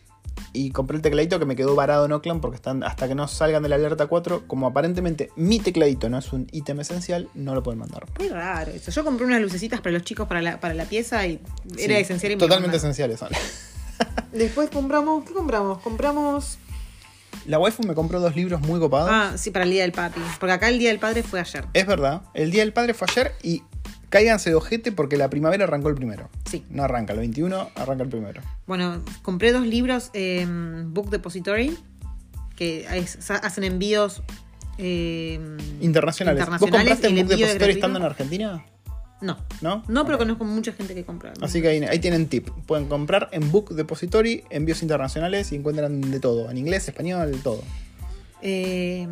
Y compré el tecladito que me quedó varado en Oakland porque están, hasta que no salgan de la alerta cuatro, como aparentemente mi tecladito no es un ítem esencial, no lo pueden mandar. Muy raro eso. Yo compré unas lucecitas para los chicos para la, para la pieza y era Sí, esencial y me totalmente lo mandaron. esenciales son. Después compramos, ¿qué compramos? Compramos... La waifu me compró dos libros muy copados. Ah, sí, para el Día del Papi. Porque acá el Día del Padre fue ayer. Es verdad, el Día del Padre fue ayer y cáiganse de ojete porque la primavera arrancó el primero. Sí. No arranca el veintiuno, arranca el primero. Bueno, compré dos libros en eh, Book Depository, que es, hacen envíos eh, internacionales. internacionales. ¿Vos compraste y el en Book envío es Depository gratuito. estando en Argentina? No. ¿No? No, pero Ok. conozco mucha gente que compra. Así que ahí, ahí tienen tip. Pueden comprar en Book Depository, envíos internacionales y encuentran de todo. En inglés, español, todo. Eh,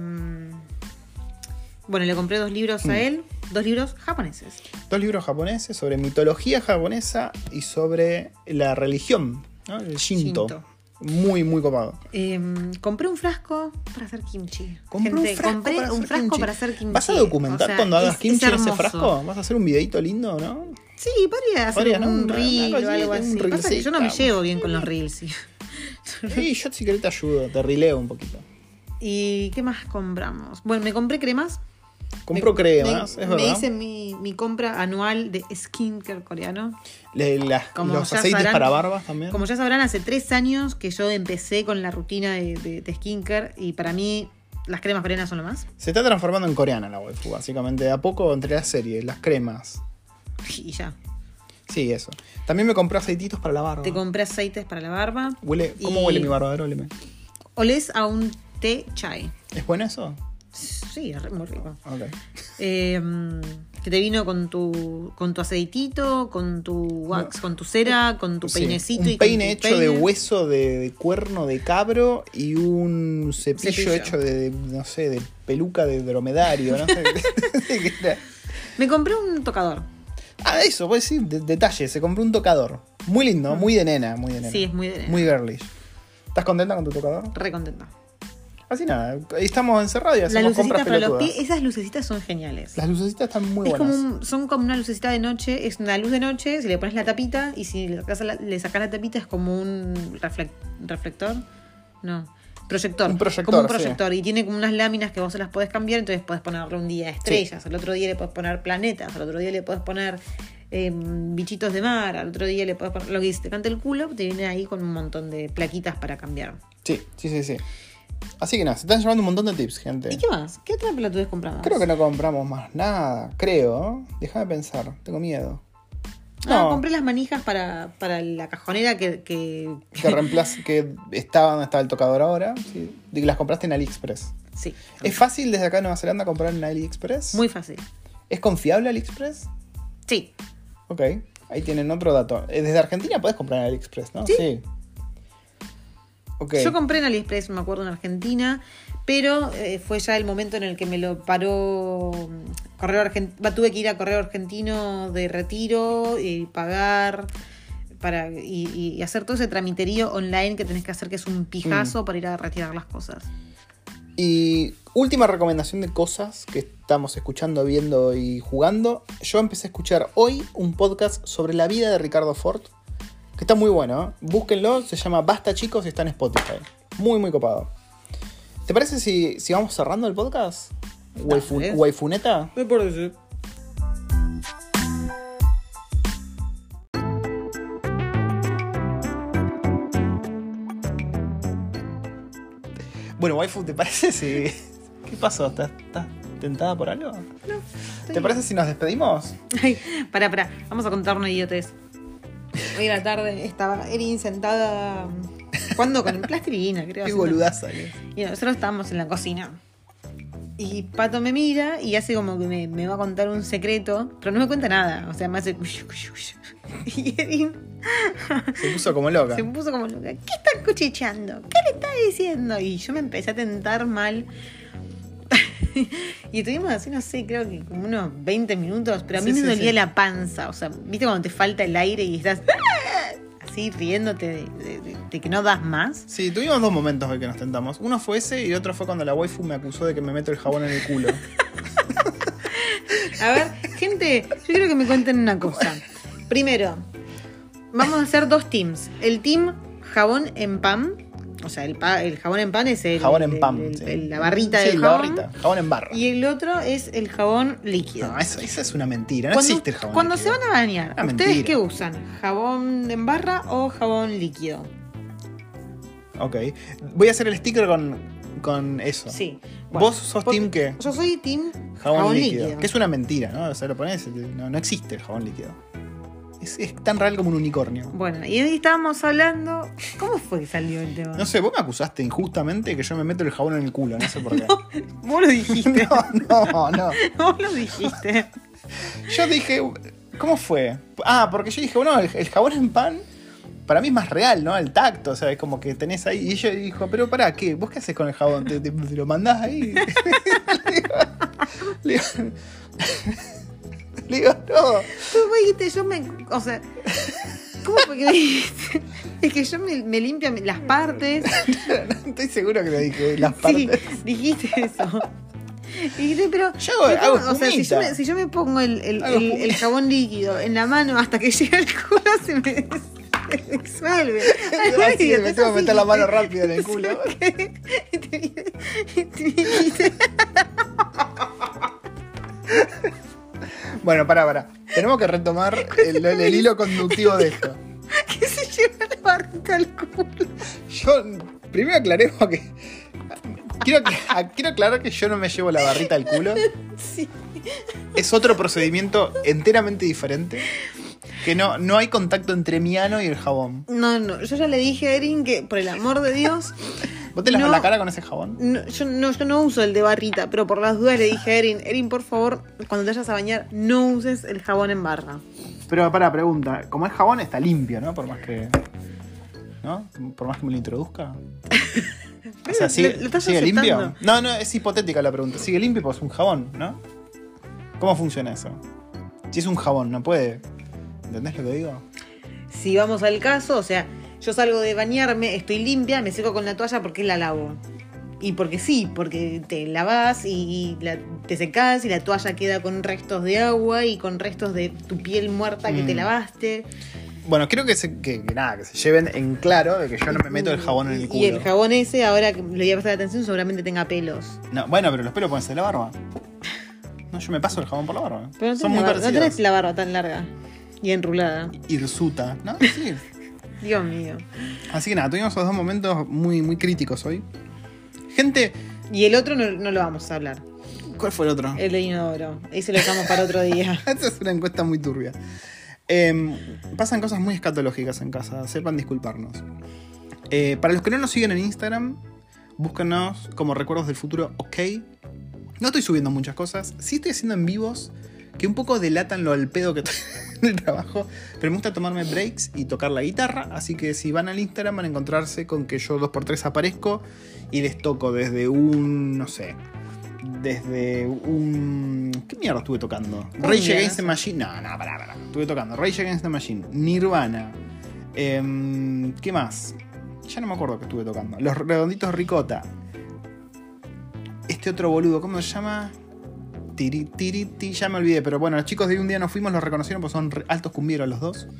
bueno, le compré dos libros Mm. a él, dos libros japoneses. Dos libros japoneses sobre mitología japonesa y sobre la religión, ¿no? El Shinto. Shinto. Muy, muy copado. Eh, compré un frasco para hacer kimchi. Compré Gente, un frasco, compré para, un hacer frasco kimchi. para hacer kimchi. ¿Vas a documentar O sea, cuando hagas es- kimchi es en ese hermoso. frasco? ¿Vas a hacer un videito lindo, no? Sí, podría hacer Podría, ¿no? un Una- reel una o algo cosita, un así. Pasa que yo no me reelcito. llevo bien con los reels. Sí. Sí, yo si querés te ayudo, te rileo un poquito. ¿Y qué más compramos? Bueno, me compré cremas. Compro Me- cremas, me, es Me verdad. hice mi, mi compra anual de skincare coreano. Le- las- Como los ya aceites sabrán- para barbas también. Como ya sabrán, hace tres años que yo empecé con la rutina de, de, de skincare y para mí las cremas coreanas son lo más. Se está transformando en coreana la waifu, básicamente. De a poco entre las series, las cremas. Y ya. Sí, eso. También me compré aceititos para la barba. Te compré aceites para la barba. Huele, ¿Cómo y huele mi barba? A ver, óleme. Olés a un té chai. ¿Es bueno eso? Sí, es re- muy rico. Ok. Eh, que te vino con tu con tu aceitito, con tu wax, con tu cera, con tu Sí, peinecito. un y peine con tu hecho de peine. hueso de, de cuerno de cabro y un cepillo, Cepillo. hecho de, de, no sé, de peluca de dromedario, no sé. qué era. Me compré un tocador. Ah, eso, pues sí, de- detalle. Se compró un tocador. Muy lindo, muy de nena, muy de nena. Sí, es muy de nena. Muy girlish. ¿Estás contenta con tu tocador? Re contenta. Así nada, ahí estamos encerrados y Las hacemos lucecitas compras para los pelotudas. pies, esas lucecitas son geniales. Las lucecitas están muy Es buenas. como un- son como una lucecita de noche, es una luz de noche, si le pones la tapita y si le sacas la, le sacas la tapita es como un reflec- reflector. No, proyector. Un proyector, Como un sí. proyector. Y tiene como unas láminas que vos se las podés cambiar, entonces podés ponerle un día estrellas, al otro día le podés poner planetas, al otro día le podés poner eh, bichitos de mar, al otro día le podés poner lo que te cante el culo, te viene ahí con un montón de plaquitas para cambiar. Sí, sí, sí, sí. Así que nada, se están llevando un montón de tips, gente. ¿Y qué más? ¿Qué otra pelotudez compramos? Creo que no compramos más nada, creo. Déjame pensar, tengo miedo. Ah, No, compré las manijas para, para la cajonera que, que... que reemplaza, que estaba donde estaba el tocador ahora. Sí. De que las compraste en AliExpress. Sí. ¿Es fácil desde acá de Nueva Zelanda comprar en AliExpress? Muy fácil. ¿Es confiable AliExpress? Sí. Ok, ahí tienen otro dato. Eh, Desde Argentina puedes comprar en AliExpress, ¿no? Sí. Ok. Yo compré en AliExpress, me acuerdo, en Argentina, pero eh, fue ya el momento en el que me lo paró mm, Correo Argentino. Tuve que ir a Correo Argentino de retiro y pagar para y, y hacer todo ese tramiterío online que tenés que hacer, que es un pijazo Mm. para ir a retirar las cosas. Y última recomendación de cosas que estamos escuchando, viendo y jugando. Yo empecé a escuchar hoy un podcast sobre la vida de Ricardo Ford, que está muy bueno, ¿eh? Búsquenlo, se llama Basta Chicos y está en Spotify. Muy, muy copado. ¿Te parece si, si vamos cerrando el podcast? Waifu- Dale. Waifuneta. Me parece. Bueno, waifu, ¿te parece si... ¿Qué pasó? ¿Estás, estás tentada por algo? No. ¿Te parece si nos despedimos? Ay, pará, pará. Vamos a contar una idiotez. Hoy a la tarde estaba Erin sentada mm, jugando con plastilina, creo. Qué haciendo- boludaza que es. Y nosotros estábamos en la cocina. Y Pato me mira y hace como que me, me va a contar un secreto, pero no me cuenta nada. O sea, me hace... Y Erin Se puso como loca. se puso como loca. ¿Qué está cuchicheando? ¿Qué le está diciendo? Y yo me empecé a tentar mal. Y estuvimos así, no sé, creo que como unos veinte minutos, pero a mí Sí, me sí, dolía sí. la panza. O sea, ¿viste cuando te falta el aire y estás así riéndote de, de- de- de que no das más? Sí, tuvimos dos momentos hoy que nos tentamos. Uno fue ese y otro fue cuando la waifu me acusó de que me meto el jabón en el culo. A ver, gente, yo quiero que me cuenten una cosa. Primero, vamos a hacer dos teams. El team jabón en pan. O sea, el, pa- el jabón en pan es el, Jabón en el- pan. el- sí. el- la barrita Sí, del la jabón. barrita. Jabón en barra. Y el otro es el jabón líquido. No, eso, eso es una mentira. No Cuando, existe el jabón cuando líquido. se van a bañar, Una ¿ustedes mentira. qué usan? ¿Jabón en barra o jabón líquido? Ok. Voy a hacer el sticker con, con eso. Sí. ¿Vos sos porque team qué? Yo soy team Jabón, jabón, líquido. líquido. Que es una mentira, ¿no? O sea, lo pones. No, no existe el jabón líquido. Es, es tan real como un unicornio. Bueno, y hoy estábamos hablando... ¿Cómo fue que salió el tema? No sé, vos me acusaste injustamente que yo me meto el jabón en el culo, no sé por qué. Vos lo dijiste. No, no, no. Vos lo dijiste. Yo dije, ¿cómo fue? Ah, porque yo dije, bueno, el, el jabón en pan para mí es más real, ¿no? El tacto, o sea, es como que tenés ahí. Y ella dijo, pero pará, ¿qué? ¿Vos qué haces con el jabón? ¿Te, te- te lo mandás ahí? le digo, le digo, no. Tú me dijiste, yo me... O sea... ¿Cómo fue que me dijiste? Es que yo me, me limpio las partes. No estoy seguro que lo dije, las Sí, partes. dijiste eso. Y dijiste, pero... Yo hago- me hago pongo- o sea, si yo, espumita. me, si yo me pongo el, el, Hago el- espumita. el jabón líquido en la mano hasta que llega el culo, se me, se me disuelve. Ay, Así, idiota, me tengo que así meter la mano dijiste. rápido en el culo. Y te- y te dijiste, Bueno, pará, pará. Tenemos que retomar el, el- el hilo conductivo de esto. que se lleva la barrita al culo. Yo, primero aclaremos que. Quiero, acla- quiero aclarar que yo no me llevo la barrita al culo. Sí. Es otro procedimiento enteramente diferente. Que no, no hay contacto entre mi ano y el jabón. No, no, yo ya le dije a Erin que, por el amor de Dios... ¿Vos te lavas No. la cara con ese jabón? No, yo, no, yo no uso el de barrita, pero por las dudas le dije a Erin, Erin, por favor, cuando te vayas a bañar, no uses el jabón en barra. Pero para, pregunta. Como es jabón, está limpio, ¿no? Por más que. ¿No? Por más que me lo introduzca. O sea, Lo- ¿sigue, lo estás ¿sigue limpio? aceptando. No, no, es hipotética la pregunta. ¿Sigue limpio? Pues un jabón, ¿no? ¿Cómo funciona eso? Si es un jabón, no puede. ¿Entendés lo que digo? Si vamos al caso, o sea, yo salgo de bañarme, estoy limpia, me seco con la toalla porque la lavo. Y porque sí, porque te lavas y, y la, te secás y la toalla queda con restos de agua y con restos de tu piel muerta que mm. te lavaste. Bueno, creo que, se, que, que nada, que se lleven en claro de que yo no me meto el jabón en el culo. Y el jabón ese, ahora que le voy a prestar atención, seguramente tenga pelos. No, bueno, pero los pelos pueden ser de la barba. No, yo me paso el jabón por la barba. Pero no, Son muy barba, parecidos. No tenés la barba tan larga y enrulada. Hirsuta, ¿no? Sí. Dios mío. Así que nada, tuvimos esos dos momentos muy, muy críticos hoy. Gente... Y el otro no, no lo vamos a hablar. ¿Cuál fue el otro? El de inodoro. Ese lo dejamos para otro día. Esta es una encuesta muy turbia. Eh, pasan cosas muy escatológicas en casa, sepan disculparnos. Eh, para los que no nos siguen en Instagram, búscanos como Recuerdos del Futuro, ok. No estoy subiendo muchas cosas, sí estoy haciendo en vivos que un poco delatan lo al pedo que estoy en el trabajo, pero me gusta tomarme breaks y tocar la guitarra, así que si van al Instagram van a encontrarse con que yo dos por tres aparezco y les toco desde un, no sé... Desde un... ¿Qué mierda estuve tocando? Rage Against the Machine. No, no, pará, pará. Estuve tocando Rage Against the Machine, Nirvana. Eh, ¿Qué más? Ya no me acuerdo que estuve tocando. Los Redonditos Ricota. Este otro boludo, ¿cómo se llama? Tiri, tiri, tiri, ya me olvidé. Pero bueno, los chicos de Un Día Nos Fuimos los reconocieron porque son altos cumbieros los dos.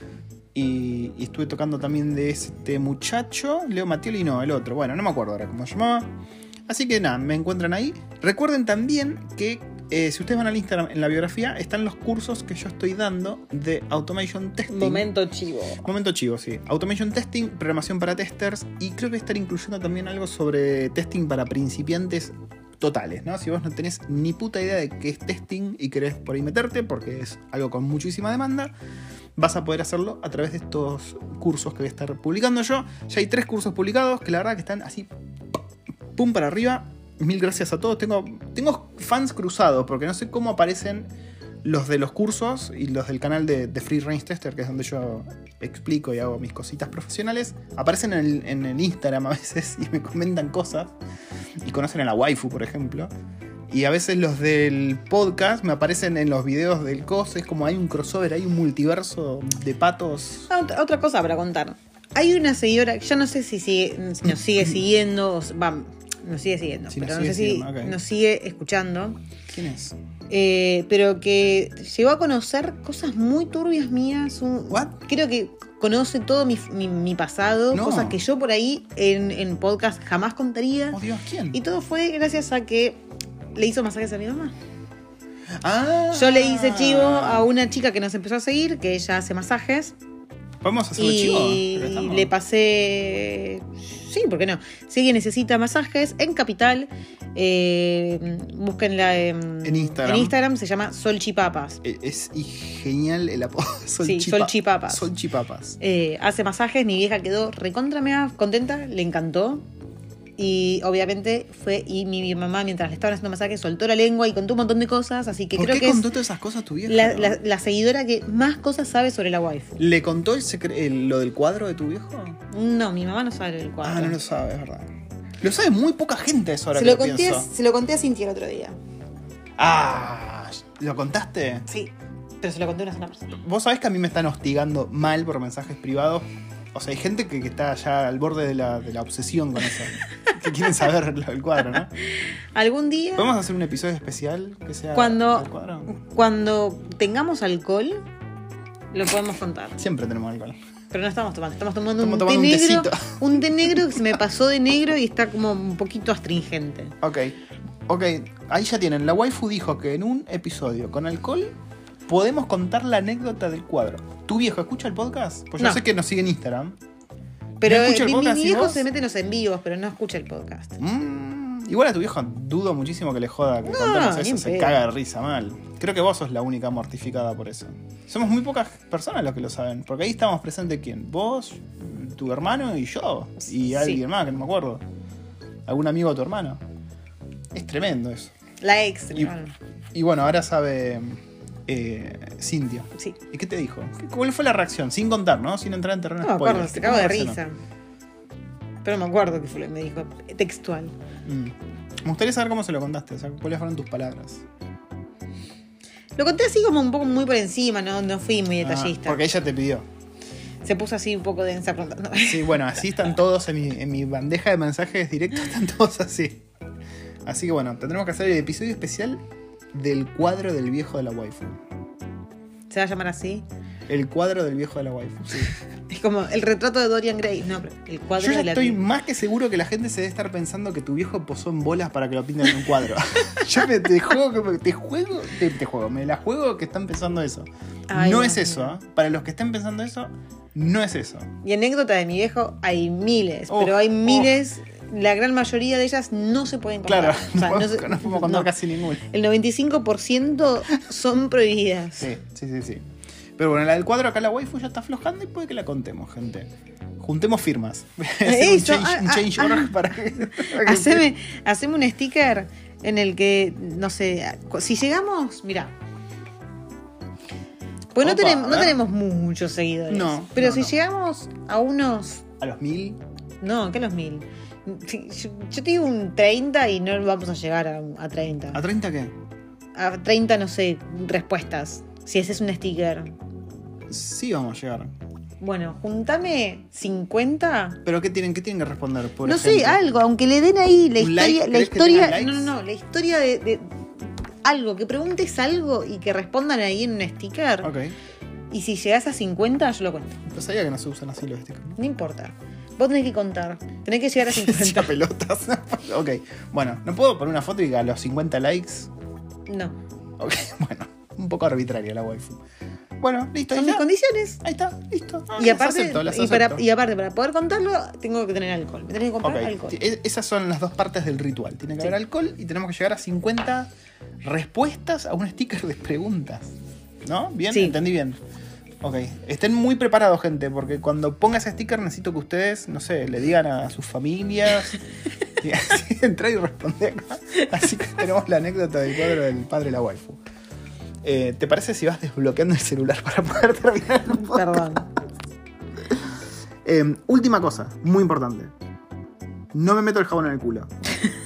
Y, y estuve tocando también de este muchacho, Leo Mattioli, no, el otro. Bueno, no me acuerdo ahora cómo se llamaba. Así que nada, me encuentran ahí. Recuerden también que eh, si ustedes van al Instagram, en la biografía están los cursos que yo estoy dando de Automation Testing. Momento chivo. Momento chivo, sí. Automation Testing, programación para testers. Y creo que estar incluyendo también algo sobre testing para principiantes totales, ¿no? Si vos no tenés ni puta idea de qué es testing y querés por ahí meterte, porque es algo con muchísima demanda, vas a poder hacerlo a través de estos cursos que voy a estar publicando yo. Ya hay tres cursos publicados que la verdad que están así... pum para arriba, mil gracias a todos. Tengo, tengo fans cruzados porque no sé cómo aparecen los de los cursos y los del canal de, de Free Range Tester, que es donde yo explico y hago mis cositas profesionales. Aparecen en el, en el Instagram a veces y me comentan cosas y conocen a la waifu, por ejemplo. Y a veces los del podcast me aparecen en los videos del C O S. Es como hay un crossover, hay un multiverso de patos. Ah, otra, otra cosa para contar. Hay una seguidora, ya no sé si, sigue, si nos sigue siguiendo, o, va, nos sigue siguiendo, sí, pero nos no sigue sé si siguiendo, okay. Nos sigue escuchando. ¿Quién es? Eh, pero que llegó a conocer cosas muy turbias mías. Un, ¿What? Creo que conoce todo mi, mi, mi pasado, no. Cosas que yo por ahí en, en podcast jamás contaría. Oh, Dios, ¿quién? Y todo fue gracias a que le hizo masajes a mi mamá. Ah. Yo le hice chivo a una chica que nos empezó a seguir, que ella hace masajes. ¿Podemos hacerlo y chivo? Y le pasé... Sí, ¿por qué no? Si alguien necesita masajes en Capital, eh, búsquenla en, en Instagram. En Instagram se llama Solchipapas. Es, es genial el apodo. Sí, Solchipapas. Solchipapas. Eh, hace masajes, mi vieja quedó recontra mega contenta, le encantó. Y obviamente fue, y mi, mi mamá mientras le estaban haciendo masajes soltó la lengua y contó un montón de cosas, así que ¿Por creo qué que contó es todas esas cosas tu vieja? la, la, la seguidora que más cosas sabe sobre la waifu. ¿Le contó el secre- el, lo del cuadro de tu viejo? No, mi mamá no sabe el cuadro. Ah, no lo sabe, es verdad. Lo sabe muy poca gente eso ahora se que lo lo conté, pienso. Se lo conté a Cintia el otro día. Ah, ¿lo contaste? Sí, pero se lo conté a una sola persona. Vos sabés que a mí me están hostigando mal por mensajes privados. O sea, hay gente que, que está ya al borde de la, de la obsesión con eso. Que quieren saber lo del cuadro, ¿no? Algún día... ¿Podemos hacer un episodio especial que sea cuando, del cuadro? Cuando tengamos alcohol, lo podemos contar. Siempre tenemos alcohol. Pero no estamos tomando. Estamos tomando, Estamos un, tomando té un negro, tecito. un té negro que se me pasó de negro y está como un poquito astringente. Ok. Ok, ahí ya tienen. La waifu dijo que en un episodio con alcohol podemos contar la anécdota del cuadro. ¿Tu viejo escucha el podcast? Pues yo No. sé que nos sigue en Instagram. Pero ¿No escucha el mi, mi podcast y viejo vos? se mete en los en vivos, pero no escucha el podcast. Mm, igual a tu viejo dudo muchísimo que le joda que No, contemos ni eso. en Se pedo. caga de risa mal. Creo que vos sos la única mortificada por eso. Somos muy pocas personas los que lo saben. Porque ahí estamos presentes quién. Vos, tu hermano y yo. Y Sí. alguien más que no me acuerdo. Algún amigo de tu hermano. Es tremendo eso. La ex. Y, bueno, y bueno, ahora sabe eh, Cintia. sí. ¿Y qué te dijo? ¿Qué- ¿Cuál fue la reacción? Sin contar, ¿no? Sin entrar en terreno No me spoiler. acuerdo, se cago de ¿Cómo reaccionó? risa. Pero no me acuerdo qué fue lo que me dijo textual. Mm. Me gustaría saber cómo se lo contaste. O sea, cuáles fueron tus palabras. Lo conté así como un poco muy por encima, no, no fui muy Ah, detallista. porque ella te pidió. Se puso así un poco densa preguntando. Sí, bueno, así están todos en mi, en mi bandeja de mensajes directos, están todos así. Así que bueno, tendremos que hacer el episodio especial del cuadro del viejo de la waifu. ¿Se va a llamar así? El cuadro del viejo de la waifu, sí. Es como el retrato de Dorian Gray. No, pero el cuadro Yo ya de la estoy más que seguro que la gente se debe estar pensando que tu viejo posó en bolas para que lo pinten en un cuadro. Yo me, te juego, que me- te juego, te, te juego, me la juego que están pensando eso. Ay, no Dios es eso, ¿eh? Para los que estén pensando eso, no es eso. Y anécdota de mi viejo hay miles, Oh, pero hay oh. miles, la gran mayoría de ellas no se pueden contar. Claro, O sea, no, no se- no podemos contar no. casi ninguna. El noventa y cinco por ciento son prohibidas. Sí, sí, sí, sí. Pero bueno, la del cuadro acá la waifu ya está aflojando y puede que la contemos, gente. Juntemos firmas. Hacer un Eso, change, ah, un ah, change ah. org para que... para que- Haceme, haceme un sticker en el que, no sé, si llegamos, mira. Pues no Opa, tenemos, a no ver. tenemos muchos seguidores. No, Pero no, si no. llegamos a unos. A los mil. No, ¿qué los mil? Si- Yo, yo te digo un treinta y no vamos a llegar a, a treinta. ¿A treinta qué? A treinta, no sé, respuestas. Si ese es un sticker. Sí vamos a llegar. Bueno, juntame cincuenta. ¿Pero qué tienen, qué tienen que responder? Por No sé, ejemplo? algo, aunque le den ahí la ¿Un historia. like? La ¿Querés que historia. tengan likes? No, no, no. La historia de, de algo, que preguntes algo y que respondan ahí en un sticker. Ok. Y si llegas a cincuenta, yo lo cuento. No sabía que no se usan así los stickers, ¿no? No importa. Vos tenés que contar. Tenés que llegar a Hacía cincuenta. pelotas. Ok. Bueno, ¿no puedo poner una foto y a los cincuenta likes? No. Ok, bueno. Un poco arbitraria la waifu. Bueno, listo. Son ahí mis está. condiciones. Ahí está, listo. Ah, Y las aparte, acepto, las y, para, acepto. y aparte, para poder contarlo, tengo que tener alcohol. Me tenés que comprar Ok, alcohol. e- esas son las dos partes del ritual. Tiene que Sí. haber alcohol y tenemos que llegar a cincuenta respuestas a un sticker de preguntas. ¿No? ¿Bien? Sí. ¿Entendí bien? Ok. Estén muy preparados, gente, porque cuando ponga ese sticker necesito que ustedes, no sé, le digan a sus familias. Y así entra y responde acá. Así que tenemos la anécdota del cuadro del padre de la waifu. Eh, ¿Te parece si vas desbloqueando el celular para poder terminar el podcast? Perdón. Eh, última cosa, muy importante. No me meto el jabón en el culo.